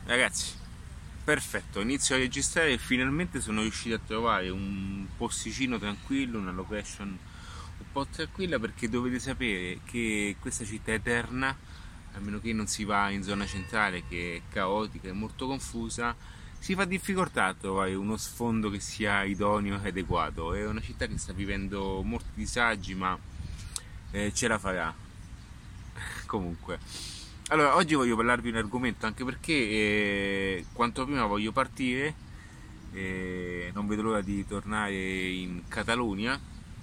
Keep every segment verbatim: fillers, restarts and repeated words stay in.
Ragazzi, perfetto, inizio a registrare e finalmente sono riuscito a trovare un posticino tranquillo, una location un po' tranquilla, perché dovete sapere che questa città eterna, a meno che non si va in zona centrale che è caotica e molto confusa, si fa difficoltà a trovare uno sfondo che sia idoneo e adeguato. È una città che sta vivendo molti disagi, ma eh, ce la farà. Comunque, allora oggi voglio parlarvi di un argomento, anche perché eh, quanto prima voglio partire, eh, non vedo l'ora di tornare in Catalogna,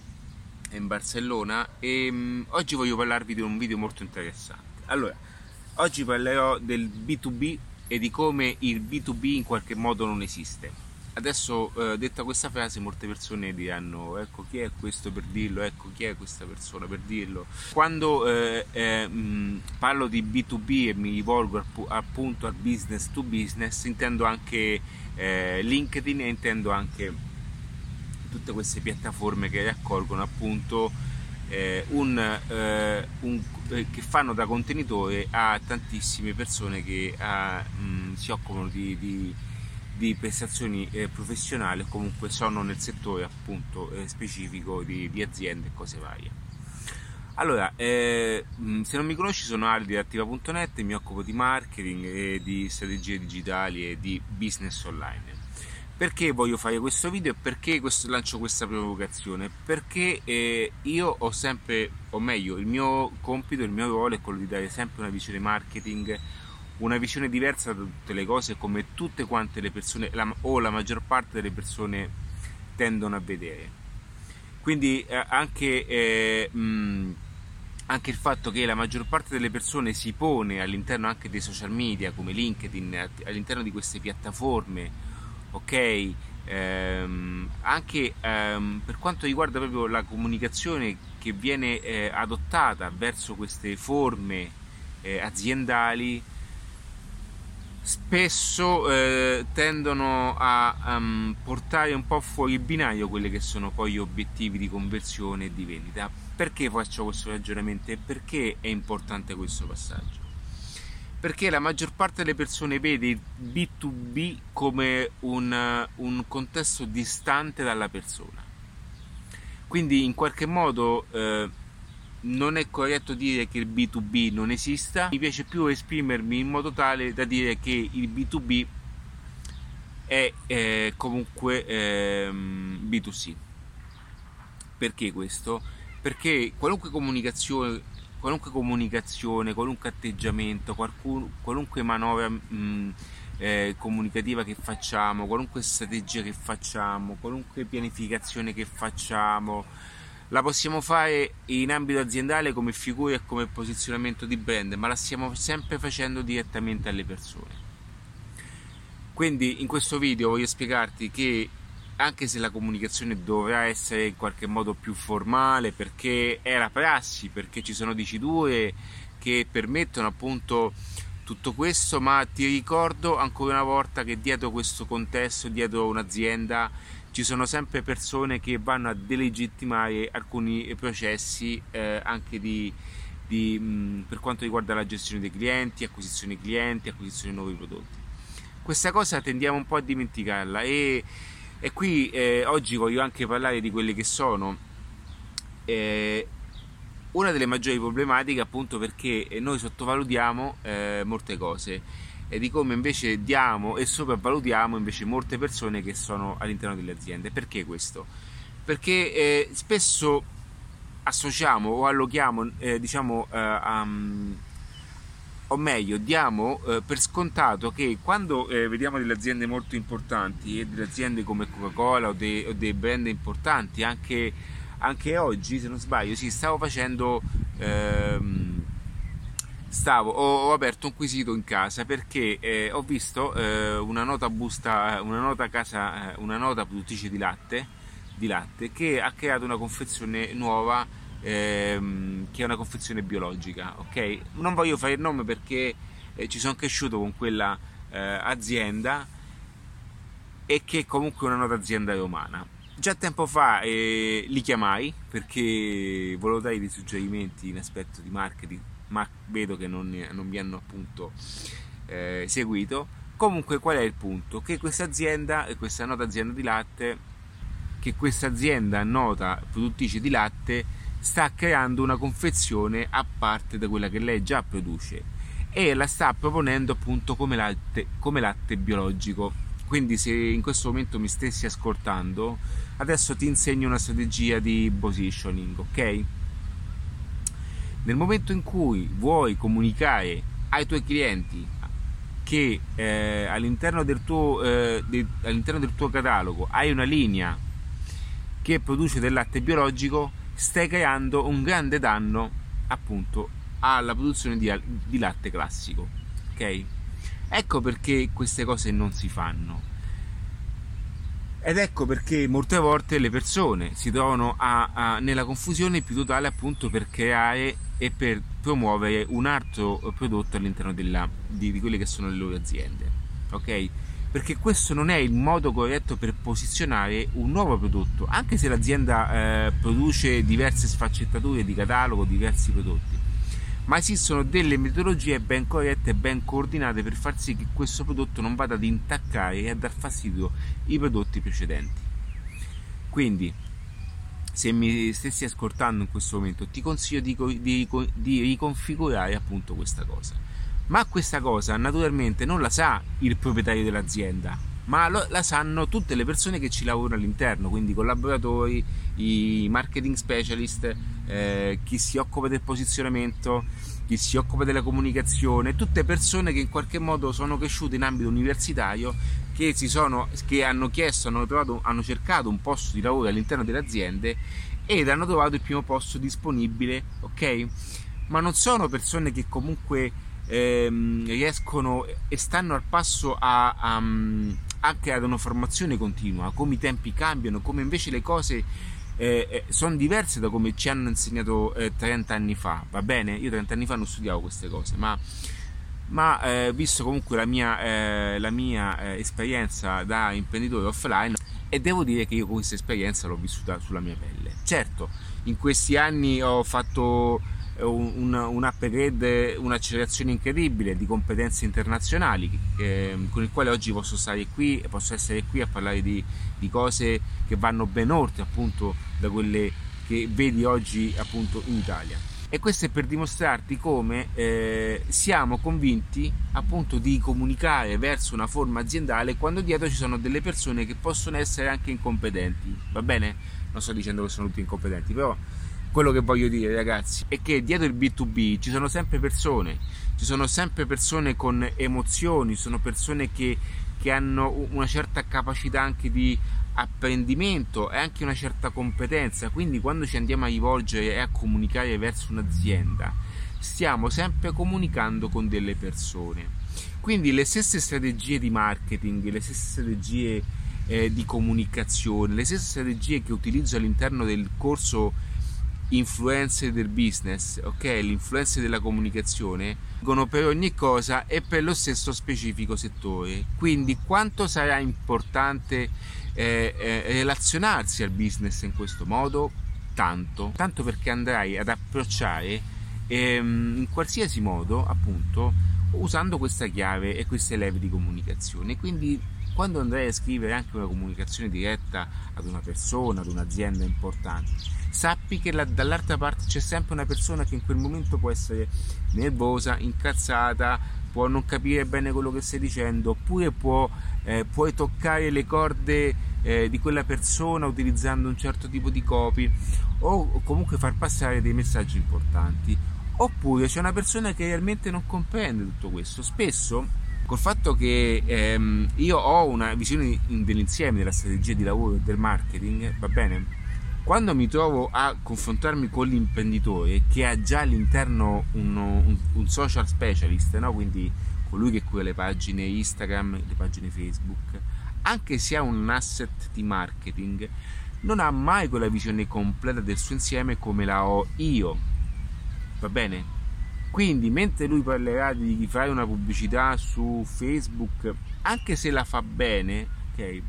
in Barcellona, e mh, oggi voglio parlarvi di un video molto interessante. Allora, oggi parlerò del B due B e di come il B due B in qualche modo non esiste. Adesso, eh, detta questa frase, molte persone diranno: ecco, chi è questo per dirlo, ecco, chi è questa persona per dirlo. Quando eh, eh, mh, parlo di B due B e mi rivolgo appunto al business to business, intendo anche eh, LinkedIn, e intendo anche tutte queste piattaforme che raccolgono appunto eh, un, eh, un, eh, che fanno da contenitore a tantissime persone che a, mh, si occupano di, di, di prestazioni eh, professionali, o comunque sono nel settore appunto eh, specifico di, di aziende e cose varie. Allora, eh, se non mi conosci, sono Ali di Attiva punto net e mi occupo di marketing e di strategie digitali e di business online. Perché voglio fare questo video e perché questo, lancio questa provocazione? Perché eh, io ho sempre, o meglio, il mio compito, il mio ruolo è quello di dare sempre una visione marketing, una visione diversa da tutte le cose, come tutte quante le persone, la, o la maggior parte delle persone tendono a vedere. Quindi eh, anche, eh, mh, anche il fatto che la maggior parte delle persone si pone all'interno anche dei social media come LinkedIn, all'interno di queste piattaforme, ok? Ehm, anche ehm, per quanto riguarda proprio la comunicazione che viene eh, adottata verso queste forme eh, aziendali, spesso eh, tendono a um, portare un po' fuori il binario quelli che sono poi gli obiettivi di conversione e di vendita. Perché faccio questo ragionamento e perché è importante questo passaggio? Perché la maggior parte delle persone vede il B due B come un, un contesto distante dalla persona. Quindi in qualche modo eh, non è corretto dire che il B due B non esista. Mi piace più esprimermi in modo tale da dire che il B due B è eh, comunque ehm, B due C. Perché questo? Perché qualunque comunicazione, qualunque comunicazione, qualunque atteggiamento, qualcun, qualunque manovra mh, eh, comunicativa che facciamo, qualunque strategia che facciamo, qualunque pianificazione che facciamo, la possiamo fare in ambito aziendale come figura e come posizionamento di brand, ma la stiamo sempre facendo direttamente alle persone. Quindi in questo video voglio spiegarti che anche se la comunicazione dovrà essere in qualche modo più formale, perché è la prassi, perché ci sono diciture che permettono appunto tutto questo, ma ti ricordo ancora una volta che dietro questo contesto, dietro un'azienda, ci sono sempre persone che vanno a delegittimare alcuni processi eh, anche di, di, mh, per quanto riguarda la gestione dei clienti, acquisizione clienti, acquisizione di nuovi prodotti. Questa cosa tendiamo un po' a dimenticarla, e, e qui eh, oggi voglio anche parlare di quelle che sono eh, una delle maggiori problematiche, appunto perché noi sottovalutiamo eh, molte cose e di come invece diamo e sopravvalutiamo invece molte persone che sono all'interno delle aziende. Perché questo? Perché eh, spesso associamo o allochiamo eh, diciamo eh, um, o meglio diamo eh, per scontato che quando eh, vediamo delle aziende molto importanti e delle aziende come Coca-Cola o, de, o dei brand importanti, anche, anche oggi se non sbaglio, sì, stavo facendo ehm, stavo ho, ho aperto un quesito in casa perché eh, ho visto eh, una nota busta, una nota casa, una nota produttrice di latte di latte che ha creato una confezione nuova, ehm, che è una confezione biologica, ok? Non voglio fare il nome perché eh, ci sono cresciuto con quella eh, azienda, e che comunque è una nota azienda romana. Già tempo fa eh, li chiamai perché volevo dare dei suggerimenti in aspetto di marketing, ma vedo che non, non mi hanno appunto eh, seguito. Comunque, qual è il punto? Che questa azienda, questa nota azienda di latte, che questa azienda nota produttrice di latte sta creando una confezione a parte da quella che lei già produce e la sta proponendo appunto come latte, come latte biologico. Quindi se in questo momento mi stessi ascoltando, adesso ti insegno una strategia di positioning, ok? Nel momento in cui vuoi comunicare ai tuoi clienti che eh, all'interno del tuo eh, de, all'interno del tuo catalogo hai una linea che produce del latte biologico, stai creando un grande danno appunto alla produzione di, di latte classico, ok? Ecco perché queste cose non si fanno ed ecco perché molte volte le persone si trovano a, a, nella confusione più totale appunto per creare e per promuovere un altro prodotto all'interno della, di, di quelle che sono le loro aziende, ok? Perché questo non è il modo corretto per posizionare un nuovo prodotto, anche se l'azienda eh, produce diverse sfaccettature di catalogo, diversi prodotti, ma esistono delle metodologie ben corrette e ben coordinate per far sì che questo prodotto non vada ad intaccare e a dar fastidio i prodotti precedenti. Quindi, se mi stessi ascoltando in questo momento, ti consiglio di, di, di riconfigurare appunto questa cosa. Ma questa cosa naturalmente non la sa il proprietario dell'azienda, ma lo, la sanno tutte le persone che ci lavorano all'interno, quindi i collaboratori, i marketing specialist, eh, chi si occupa del posizionamento, chi si occupa della comunicazione, tutte persone che in qualche modo sono cresciute in ambito universitario, che si sono, che hanno chiesto, hanno trovato, hanno cercato un posto di lavoro all'interno delle aziende ed hanno trovato il primo posto disponibile, ok? Ma non sono persone che comunque Ehm, riescono e stanno al passo a, a, anche ad una formazione continua, come i tempi cambiano, come invece le cose eh, sono diverse da come ci hanno insegnato eh, trenta anni fa, va bene? Io trenta anni fa non studiavo queste cose, ma, ma eh, visto comunque la mia, eh, la mia eh, esperienza da imprenditore offline, e devo dire che io questa esperienza l'ho vissuta sulla mia pelle. Certo, in questi anni ho fatto un, un upgrade, un'accelerazione incredibile di competenze internazionali eh, con il quale oggi posso stare qui e posso essere qui a parlare di, di cose che vanno ben oltre appunto da quelle che vedi oggi appunto in Italia. E questo è per dimostrarti come eh, siamo convinti appunto di comunicare verso una forma aziendale quando dietro ci sono delle persone che possono essere anche incompetenti, va bene? Non sto dicendo che sono tutti incompetenti, però quello che voglio dire, ragazzi, è che dietro il B due B ci sono sempre persone, ci sono sempre persone con emozioni, sono persone che, che hanno una certa capacità anche di apprendimento e anche una certa competenza. Quindi quando ci andiamo a rivolgere e a comunicare verso un'azienda, stiamo sempre comunicando con delle persone. Quindi le stesse strategie di marketing, le stesse strategie eh, di comunicazione, le stesse strategie che utilizzo all'interno del corso influenze del business, ok, l'influenza della comunicazione, dicono per ogni cosa e per lo stesso specifico settore. Quindi quanto sarà importante eh, eh, relazionarsi al business in questo modo? Tanto, tanto perché andrai ad approcciare ehm, in qualsiasi modo appunto usando questa chiave e queste leve di comunicazione. Quindi quando andrai a scrivere anche una comunicazione diretta ad una persona, ad un'azienda importante, sappi che là, dall'altra parte c'è sempre una persona che in quel momento può essere nervosa, incazzata, può non capire bene quello che stai dicendo, oppure può, eh, puoi toccare le corde eh, di quella persona utilizzando un certo tipo di copy o comunque far passare dei messaggi importanti. Oppure c'è una persona che realmente non comprende tutto questo. Spesso col fatto che ehm, io ho una visione dell'insieme della strategia di lavoro e del marketing, va bene? Quando mi trovo a confrontarmi con l'imprenditore che ha già all'interno un, un, un social specialist, no? Quindi colui che cura le pagine Instagram, le pagine Facebook, anche se ha un asset di marketing, non ha mai quella visione completa del suo insieme come la ho io, va bene? Quindi mentre lui parlerà di fare una pubblicità su Facebook, anche se la fa bene, ok,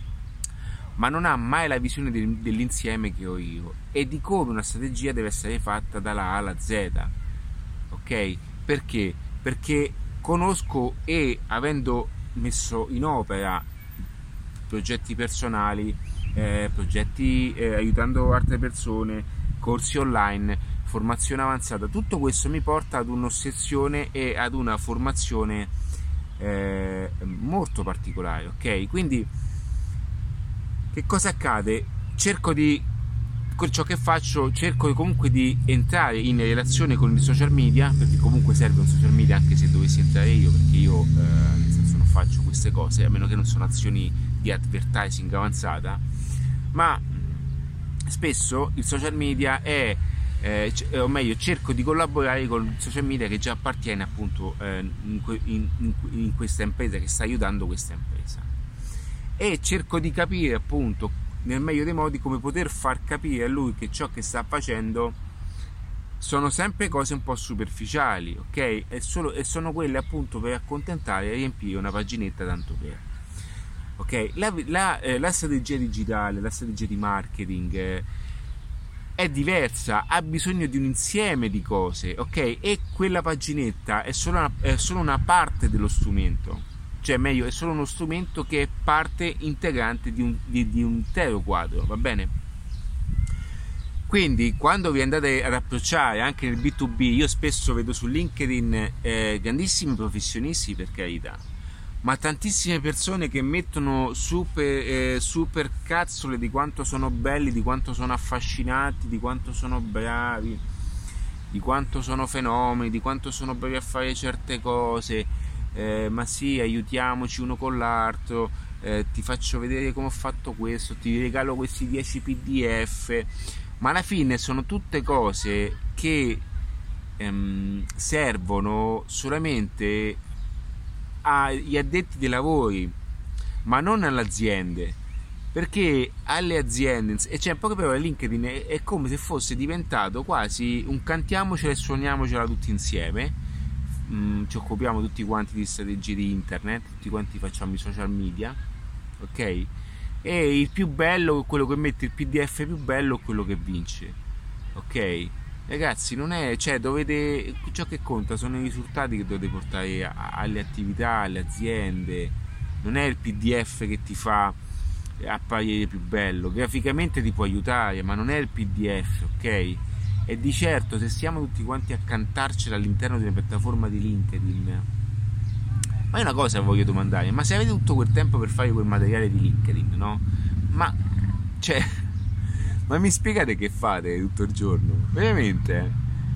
ma non ha mai la visione del, dell'insieme che ho io e di come una strategia deve essere fatta dalla A alla Z, ok? Perché? Perché conosco e avendo messo in opera progetti personali, eh, progetti eh, aiutando altre persone, corsi online, formazione avanzata. Tutto questo mi porta ad un'ossessione e ad una formazione eh, molto particolare, ok? Quindi che cosa accade? Cerco di, con ciò che faccio, cerco comunque di entrare in relazione con i social media, perché comunque serve un social media, anche se dovessi entrare io, perché io eh, nel senso non faccio queste cose, a meno che non sono azioni di advertising avanzata, ma spesso il social media è, eh, o meglio, cerco di collaborare con il social media che già appartiene appunto eh, in, in, in questa impresa, che sta aiutando questa impresa, e cerco di capire appunto nel meglio dei modi come poter far capire a lui che ciò che sta facendo sono sempre cose un po' superficiali, ok? E, solo, e sono quelle appunto per accontentare e riempire una paginetta tanto per. Ok? La, la, eh, la strategia digitale, la strategia di marketing eh, è diversa, ha bisogno di un insieme di cose, ok? E quella paginetta è solo una, è solo una parte dello strumento, cioè meglio, è solo uno strumento che è parte integrante di un, di, di un intero quadro, va bene? Quindi quando vi andate ad approcciare anche nel B due B, io spesso vedo su LinkedIn eh, grandissimi professionisti, per carità, ma tantissime persone che mettono super, eh, super cazzole di quanto sono belli, di quanto sono affascinati, di quanto sono bravi, di quanto sono fenomeni, di quanto sono bravi a fare certe cose, eh, ma sì, aiutiamoci uno con l'altro, eh, ti faccio vedere come ho fatto questo, ti regalo questi dieci P D F, ma alla fine sono tutte cose che ehm, servono solamente agli addetti dei lavori, ma non alle aziende, perché alle aziende, e cioè poche parole, LinkedIn è, è come se fosse diventato quasi un cantiamocela e suoniamocela tutti insieme. Mm, ci occupiamo tutti quanti di strategie di internet, tutti quanti facciamo i social media, ok? E il più bello, quello che mette il P D F più bello, è quello che vince, ok? Ragazzi, non è, cioè dovete, ciò che conta sono i risultati che dovete portare a, alle attività, alle aziende, non è il P D F che ti fa apparire più bello, graficamente ti può aiutare, ma non è il P D F, ok? E di certo, se siamo tutti quanti a cantarcela all'interno di una piattaforma di LinkedIn, ma è una cosa che voglio domandare, ma se avete tutto quel tempo per fare quel materiale di LinkedIn, no? Ma, cioè, ma mi spiegate che fate tutto il giorno? Veramente?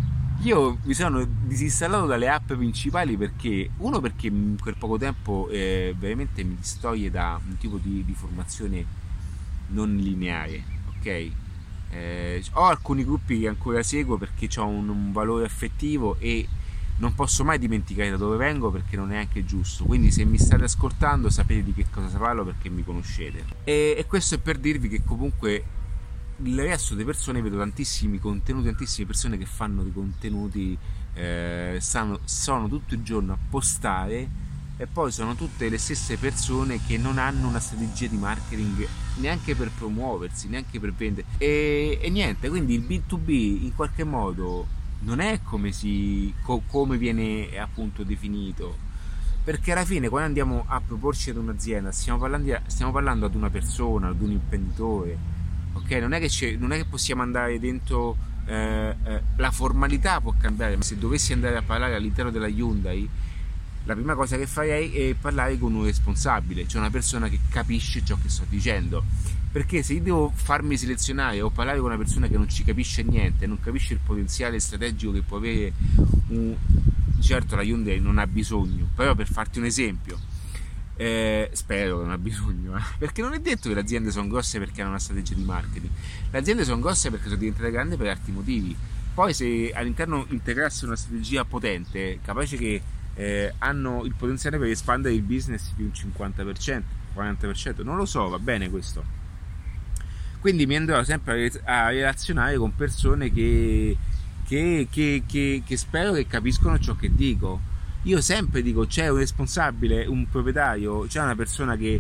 Io mi sono disinstallato dalle app principali perché, uno, perché in quel poco tempo eh, veramente mi distoglie da un tipo di, di formazione non lineare, ok? Eh, ho alcuni gruppi che ancora seguo perché ho un, un valore affettivo e non posso mai dimenticare da dove vengo, perché non è anche giusto. Quindi se mi state ascoltando sapete di che cosa parlo, perché mi conoscete, e, e questo è per dirvi che comunque il resto delle persone, vedo tantissimi contenuti, tantissime persone che fanno dei contenuti, eh, stanno, sono tutto il giorno a postare, e poi sono tutte le stesse persone che non hanno una strategia di marketing neanche per promuoversi, neanche per vendere, e, e niente. Quindi il B due B in qualche modo non è come, si, co, come viene appunto definito, perché alla fine quando andiamo a proporci ad un'azienda stiamo parlando, stiamo parlando ad una persona, ad un imprenditore, ok? Non è che, c'è, non è che possiamo andare dentro, eh, eh, la formalità può cambiare, ma se dovessi andare a parlare all'interno della Hyundai, la prima cosa che farei è parlare con un responsabile, cioè una persona che capisce ciò che sto dicendo, perché se io devo farmi selezionare o parlare con una persona che non ci capisce niente, non capisce il potenziale strategico che può avere un... certo la Hyundai non ha bisogno, però per farti un esempio, eh, spero che non ha bisogno, eh, perché non è detto che le aziende sono grosse perché hanno una strategia di marketing, le aziende sono grosse perché sono diventate grandi per altri motivi. Poi se all'interno integrasse una strategia potente, capace che eh, hanno il potenziale per espandere il business di un cinquanta per cento, quaranta per cento, non lo so, va bene questo. Quindi mi andrò sempre a relazionare con persone che, che, che, che, che spero che capiscono ciò che dico. Io sempre dico, c'è un responsabile, un proprietario, c'è una persona che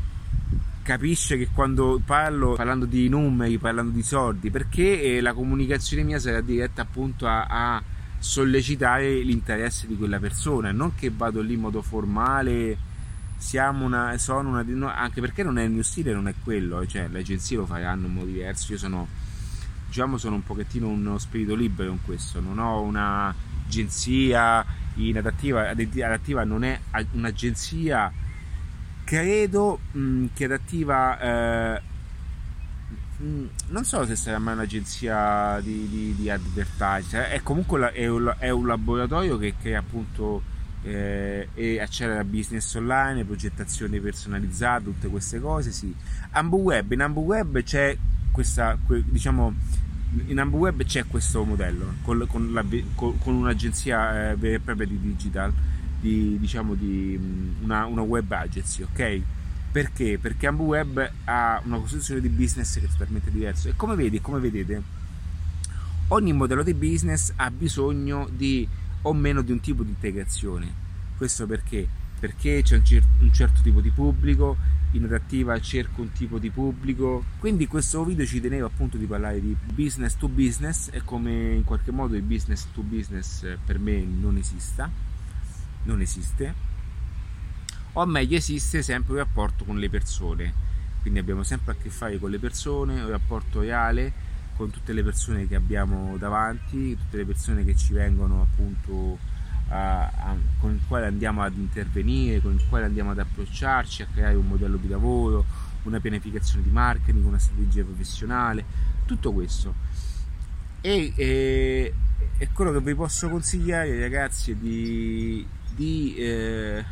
capisce che quando parlo, parlando di numeri, parlando di soldi, perché la comunicazione mia sarà diretta appunto a, a sollecitare l'interesse di quella persona, non che vado lì in modo formale, siamo una, sono una, no, anche perché non è il mio stile, non è quello, cioè le agenzie lo faranno in modo diverso. Io sono, diciamo, sono un pochettino uno spirito libero in questo, non ho un'agenzia in adattiva. Adattiva non è un'agenzia, credo mh, che adattiva eh, mh, non so se sarà mai un'agenzia di, di, di advertising, è comunque la, è, un, è un laboratorio che crea appunto eh, e accelera business online, progettazione personalizzata, tutte queste cose. Sì, AmbuWeb, in AmbuWeb c'è questa, diciamo, in AmbuWeb c'è questo modello con, con, la, con, con un'agenzia eh, vera e propria di digital, di, diciamo di una, una web agency, ok? Perché? Perché AmbuWeb ha una costruzione di business che è totalmente diversa, e come vedi, come vedete, ogni modello di business ha bisogno di o meno di un tipo di integrazione. Questo perché? Perché c'è un, cer- un certo tipo di pubblico, in adattiva cerco un tipo di pubblico. Quindi questo video ci tenevo appunto di parlare di business to business e come in qualche modo il business to business per me non esista, non esiste, o meglio esiste sempre un rapporto con le persone, quindi abbiamo sempre a che fare con le persone, un rapporto reale con tutte le persone che abbiamo davanti, tutte le persone che ci vengono appunto a, a, con il quale andiamo ad intervenire, con il quale andiamo ad approcciarci, a creare un modello di lavoro, una pianificazione di marketing, una strategia professionale, tutto questo. E, e, e quello che vi posso consigliare, ragazzi, è di, di eh,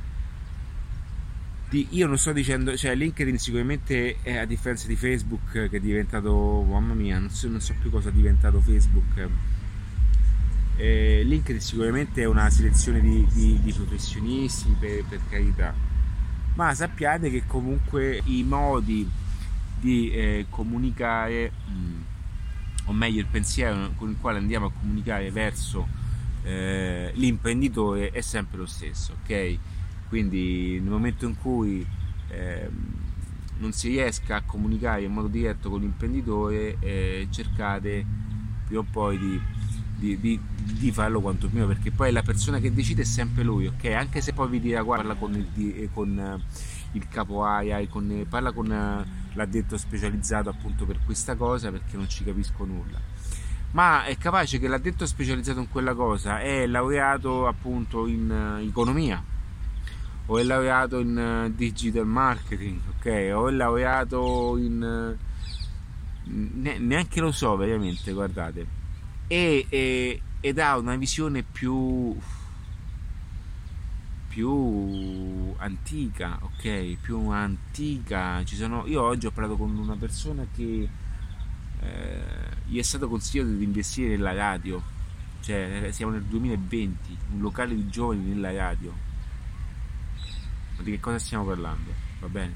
io non sto dicendo, cioè LinkedIn sicuramente è, a differenza di Facebook che è diventato, mamma mia, non so, non so più cosa è diventato Facebook, eh, LinkedIn sicuramente è una selezione di, di, di professionisti, per, per carità, ma sappiate che comunque i modi di eh, comunicare, mh, o meglio il pensiero con il quale andiamo a comunicare verso eh, l'imprenditore è sempre lo stesso, ok? Quindi nel momento in cui eh, non si riesca a comunicare in modo diretto con l'imprenditore, eh, cercate prima o poi di, di, di, di farlo quanto prima, perché poi la persona che decide è sempre lui, ok? Anche se poi vi dirà guarda, parla con il, con il capo area, con, parla con l'addetto specializzato appunto per questa cosa, perché non ci capisco nulla. Ma è capace che l'addetto specializzato in quella cosa è laureato appunto in uh, economia, o è laureato in uh, digital marketing, ok? O è laureato in uh, ne- neanche lo so veramente, guardate, e, e, ed ha una visione più più antica, ok? Più antica. Ci sono, io oggi ho parlato con una persona che eh, gli è stato consigliato di investire nella radio, cioè siamo nel duemilaventi, un locale di giovani nella radio. Ma di che cosa stiamo parlando? Va bene?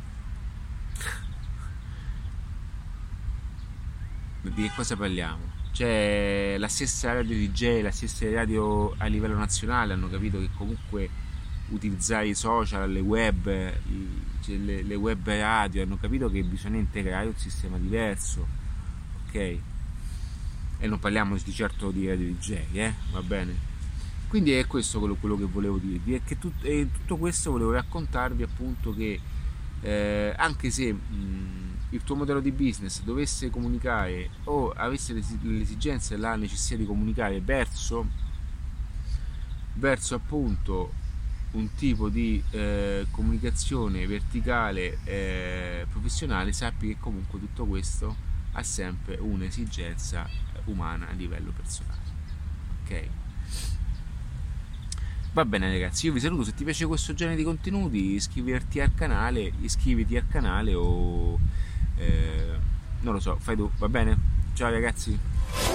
Ma di che cosa parliamo? Cioè la stessa radio D J, la stessa radio a livello nazionale hanno capito che comunque utilizzare i social, le web, i, cioè le, le web radio, hanno capito che bisogna integrare un sistema diverso, ok? E non parliamo di certo di radio D J, eh? Va bene? Quindi è questo quello, quello che volevo dirvi, è che tut, e tutto questo volevo raccontarvi appunto che eh, anche se mh, il tuo modello di business dovesse comunicare o avesse l'esigenza e la necessità di comunicare verso verso appunto un tipo di eh, comunicazione verticale eh, professionale, sappi che comunque tutto questo ha sempre un'esigenza umana a livello personale, ok? Va bene ragazzi, io vi saluto. Se ti piace questo genere di contenuti iscriverti al canale, iscriviti al canale o eh, non lo so, fai tu, va bene? Ciao ragazzi.